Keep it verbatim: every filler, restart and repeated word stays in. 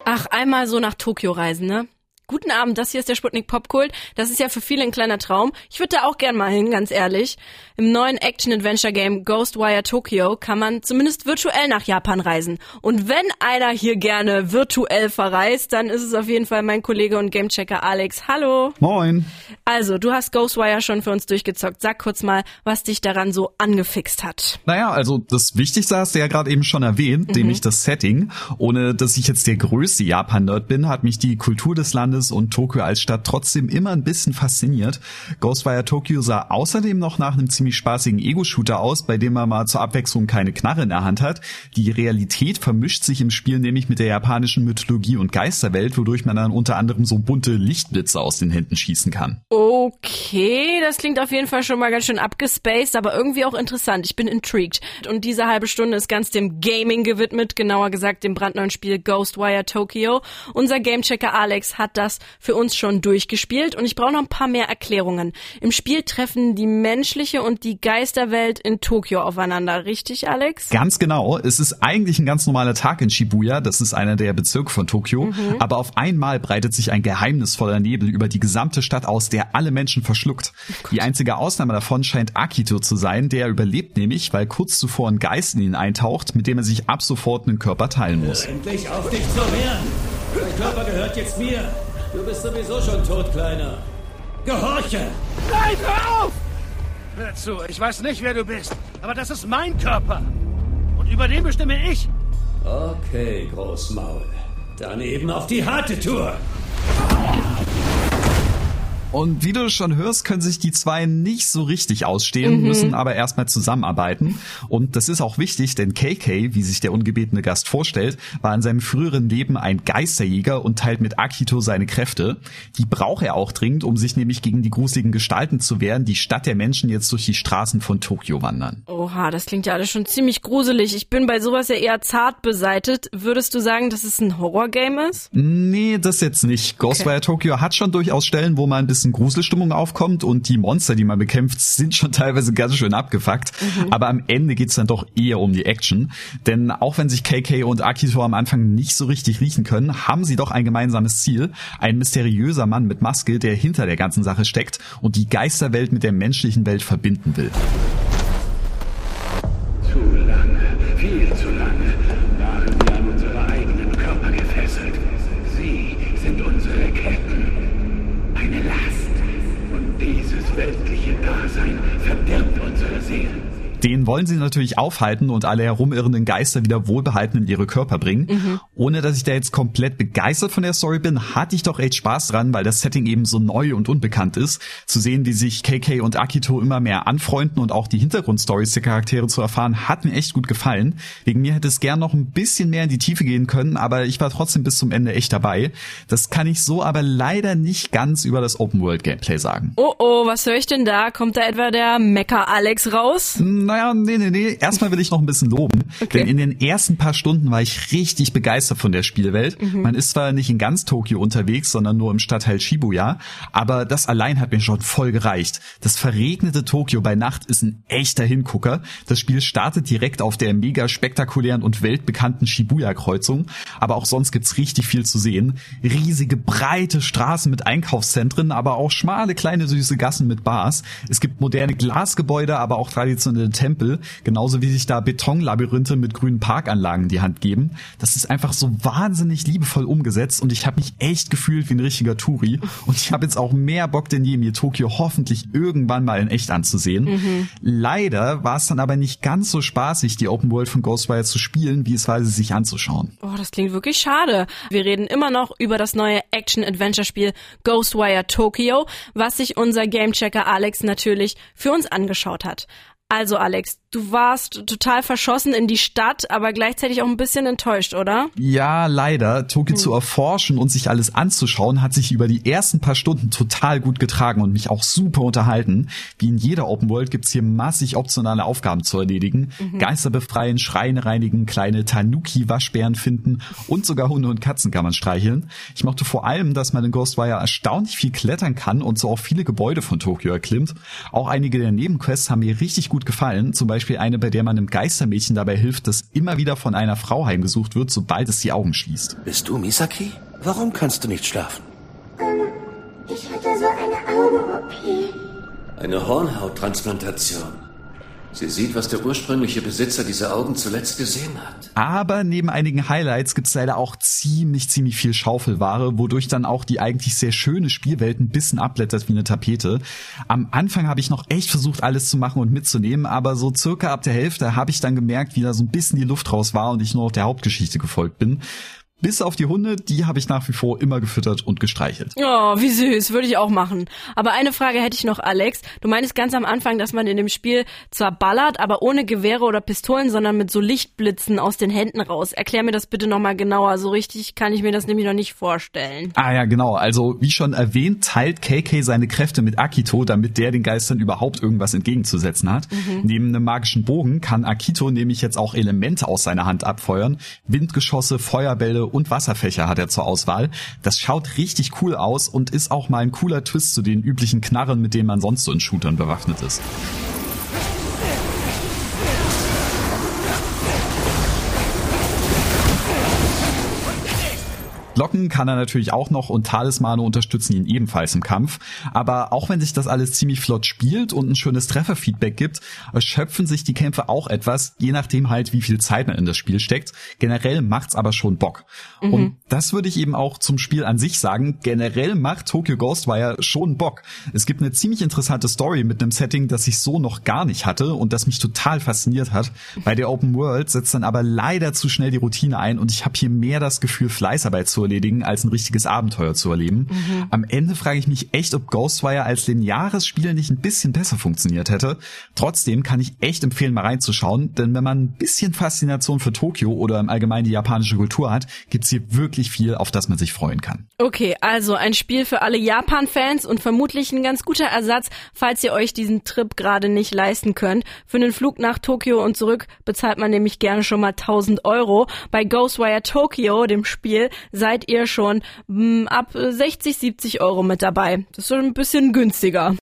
Ach, einmal so nach Tokio reisen, ne? Guten Abend, das hier ist der Sputnik Popkult. Das ist ja für viele ein kleiner Traum. Ich würde da auch gern mal hin, ganz ehrlich. Im neuen Action-Adventure-Game Ghostwire Tokyo kann man zumindest virtuell nach Japan reisen. Und wenn einer hier gerne virtuell verreist, dann ist es auf jeden Fall mein Kollege und Gamechecker Alex. Hallo. Moin. Also, du hast Ghostwire schon für uns durchgezockt. Sag kurz mal, was dich daran so angefixt hat. Naja, also das Wichtigste hast du ja gerade eben schon erwähnt, mhm. nämlich das Setting. Ohne dass ich jetzt der größte Japan-Nerd bin, hat mich die Kultur des Landes und Tokio als Stadt trotzdem immer ein bisschen fasziniert. Ghostwire Tokyo sah außerdem noch nach einem ziemlich spaßigen Ego-Shooter aus, bei dem man mal zur Abwechslung keine Knarre in der Hand hat. Die Realität vermischt sich im Spiel nämlich mit der japanischen Mythologie und Geisterwelt, wodurch man dann unter anderem so bunte Lichtblitze aus den Händen schießen kann. Okay, das klingt auf jeden Fall schon mal ganz schön abgespaced, aber irgendwie auch interessant. Ich bin intrigued. Und diese halbe Stunde ist ganz dem Gaming gewidmet, genauer gesagt dem brandneuen Spiel Ghostwire Tokyo. Unser Gamechecker Alex hat das für uns schon durchgespielt und ich brauche noch ein paar mehr Erklärungen. Im Spiel treffen die menschliche und die Geisterwelt in Tokio aufeinander, richtig, Alex? Ganz genau. Es ist eigentlich ein ganz normaler Tag in Shibuya, das ist einer der Bezirke von Tokio, mhm. aber auf einmal breitet sich ein geheimnisvoller Nebel über die gesamte Stadt aus, der alle Menschen verschluckt. Oh, die einzige Ausnahme davon scheint Akito zu sein, der überlebt nämlich, weil kurz zuvor ein Geist in ihn eintaucht, mit dem er sich ab sofort einen Körper teilen muss. Hör endlich auf, dich zu wehren! Dein Körper gehört jetzt mir! Du bist sowieso schon tot, Kleiner. Gehorche! Nein, hör auf! Hör zu, ich weiß nicht, wer du bist, aber das ist mein Körper. Und über den bestimme ich. Okay, Großmaul. Dann eben auf die harte Tour. Und wie du schon hörst, können sich die zwei nicht so richtig ausstehen, mhm. müssen aber erstmal zusammenarbeiten. Und das ist auch wichtig, denn K K, wie sich der ungebetene Gast vorstellt, war in seinem früheren Leben ein Geisterjäger und teilt mit Akito seine Kräfte. Die braucht er auch dringend, um sich nämlich gegen die gruseligen Gestalten zu wehren, die Stadt der Menschen jetzt durch die Straßen von Tokio wandern. Oha, das klingt ja alles schon ziemlich gruselig. Ich bin bei sowas ja eher zart beseitet. Würdest du sagen, dass es ein Horrorgame ist? Nee, das jetzt nicht. Ghostwire okay. Tokyo hat schon durchaus Stellen, wo man ein bisschen Gruselstimmung aufkommt und die Monster, die man bekämpft, sind schon teilweise ganz schön abgefuckt. Mhm. Aber am Ende geht's dann doch eher um die Action. Denn auch wenn sich K K und Akito am Anfang nicht so richtig riechen können, haben sie doch ein gemeinsames Ziel. Ein mysteriöser Mann mit Maske, der hinter der ganzen Sache steckt und die Geisterwelt mit der menschlichen Welt verbinden will. Zu lange, viel zu lange waren wir an unsere eigenen Körper gefesselt. Sie sind unsere Ketten. Eine Last. Und dieses weltliche Dasein verdirbt unsere Seelen. Den wollen sie natürlich aufhalten und alle herumirrenden Geister wieder wohlbehalten in ihre Körper bringen. Mhm. Ohne dass ich da jetzt komplett begeistert von der Story bin, hatte ich doch echt Spaß dran, weil das Setting eben so neu und unbekannt ist. Zu sehen, wie sich K K und Akito immer mehr anfreunden und auch die Hintergrundstories der Charaktere zu erfahren, hat mir echt gut gefallen. Wegen mir hätte es gern noch ein bisschen mehr in die Tiefe gehen können, aber ich war trotzdem bis zum Ende echt dabei. Das kann ich so aber leider nicht ganz über das Open-World-Gameplay sagen. Oh oh, was höre ich denn da? Kommt da etwa der Mecha-Alex raus? Naja, nee, nee, nee. Erstmal will ich noch ein bisschen loben. Okay. Denn in den ersten paar Stunden war ich richtig begeistert von der Spielwelt. Mhm. Man ist zwar nicht in ganz Tokio unterwegs, sondern nur im Stadtteil Shibuya. Aber das allein hat mir schon voll gereicht. Das verregnete Tokio bei Nacht ist ein echter Hingucker. Das Spiel startet direkt auf der mega spektakulären und weltbekannten Shibuya-Kreuzung. Aber auch sonst gibt's richtig viel zu sehen. Riesige, breite Straßen mit Einkaufszentren, aber auch schmale, kleine, süße Gassen mit Bars. Es gibt moderne Glasgebäude, aber auch traditionelle Tempel. Genauso wie sich da Betonlabyrinthe mit grünen Parkanlagen in die Hand geben. Das ist einfach so wahnsinnig liebevoll umgesetzt und ich habe mich echt gefühlt wie ein richtiger Touri. Und ich habe jetzt auch mehr Bock denn je, mir Tokio hoffentlich irgendwann mal in echt anzusehen. Mhm. Leider war es dann aber nicht ganz so spaßig, die Open World von Ghostwire zu spielen, wie es war, sie sich anzuschauen. Oh, das klingt wirklich schade. Wir reden immer noch über das neue Action-Adventure-Spiel Ghostwire Tokyo, was sich unser Gamechecker Alex natürlich für uns angeschaut hat. Also Alex, du warst total verschossen in die Stadt, aber gleichzeitig auch ein bisschen enttäuscht, oder? Ja, leider. Tokio hm. zu erforschen und sich alles anzuschauen, hat sich über die ersten paar Stunden total gut getragen und mich auch super unterhalten. Wie in jeder Open World gibt's hier massig optionale Aufgaben zu erledigen. Mhm. Geister befreien, Schreine reinigen, kleine Tanuki-Waschbären finden und sogar Hunde und Katzen kann man streicheln. Ich mochte vor allem, dass man in Ghostwire erstaunlich viel klettern kann und so auch viele Gebäude von Tokio erklimmt. Auch einige der Nebenquests haben mir richtig gut gefallen. Zum Beispiel Beispiel eine, bei der man einem Geistermädchen dabei hilft, das immer wieder von einer Frau heimgesucht wird, sobald es die Augen schließt. Bist du Misaki? Warum kannst du nicht schlafen? Ähm, ich hatte so eine Augen-O P. Eine Hornhauttransplantation. Sie sieht, was der ursprüngliche Besitzer dieser Augen zuletzt gesehen hat. Aber neben einigen Highlights gibt's leider auch ziemlich, ziemlich viel Schaufelware, wodurch dann auch die eigentlich sehr schöne Spielwelt ein bisschen abblättert wie eine Tapete. Am Anfang habe ich noch echt versucht, alles zu machen und mitzunehmen, aber so circa ab der Hälfte habe ich dann gemerkt, wie da so ein bisschen die Luft raus war und ich nur noch der Hauptgeschichte gefolgt bin. Bis auf die Hunde, die habe ich nach wie vor immer gefüttert und gestreichelt. Oh, wie süß, würde ich auch machen. Aber eine Frage hätte ich noch, Alex. Du meintest ganz am Anfang, dass man in dem Spiel zwar ballert, aber ohne Gewehre oder Pistolen, sondern mit so Lichtblitzen aus den Händen raus. Erklär mir das bitte nochmal genauer. So richtig kann ich mir das nämlich noch nicht vorstellen. Ah ja, genau. Also wie schon erwähnt, teilt K K seine Kräfte mit Akito, damit der den Geistern überhaupt irgendwas entgegenzusetzen hat. Mhm. Neben einem magischen Bogen kann Akito nämlich jetzt auch Elemente aus seiner Hand abfeuern. Windgeschosse, Feuerbälle und Wasserfächer hat er zur Auswahl. Das schaut richtig cool aus und ist auch mal ein cooler Twist zu den üblichen Knarren, mit denen man sonst so in Shootern bewaffnet ist. Locken kann er natürlich auch noch und Talismane unterstützen ihn ebenfalls im Kampf. Aber auch wenn sich das alles ziemlich flott spielt und ein schönes Trefferfeedback gibt, erschöpfen sich die Kämpfe auch etwas, je nachdem halt, wie viel Zeit man in das Spiel steckt. Generell macht's aber schon Bock. Mhm. Und das würde ich eben auch zum Spiel an sich sagen. Generell macht Tokyo Ghostwire schon Bock. Es gibt eine ziemlich interessante Story mit einem Setting, das ich so noch gar nicht hatte und das mich total fasziniert hat. Bei der Open World setzt dann aber leider zu schnell die Routine ein und ich habe hier mehr das Gefühl, Fleißarbeit zu erledigen, als ein richtiges Abenteuer zu erleben. Mhm. Am Ende frage ich mich echt, ob Ghostwire als lineares Spiel nicht ein bisschen besser funktioniert hätte. Trotzdem kann ich echt empfehlen, mal reinzuschauen, denn wenn man ein bisschen Faszination für Tokio oder im Allgemeinen die japanische Kultur hat, gibt's hier wirklich viel, auf das man sich freuen kann. Okay, also ein Spiel für alle Japan-Fans und vermutlich ein ganz guter Ersatz, falls ihr euch diesen Trip gerade nicht leisten könnt. Für einen Flug nach Tokio und zurück bezahlt man nämlich gerne schon mal tausend Euro. Bei Ghostwire Tokyo, dem Spiel, seid ihr schon mh, ab sechzig, siebzig Euro mit dabei. Das ist schon ein bisschen günstiger.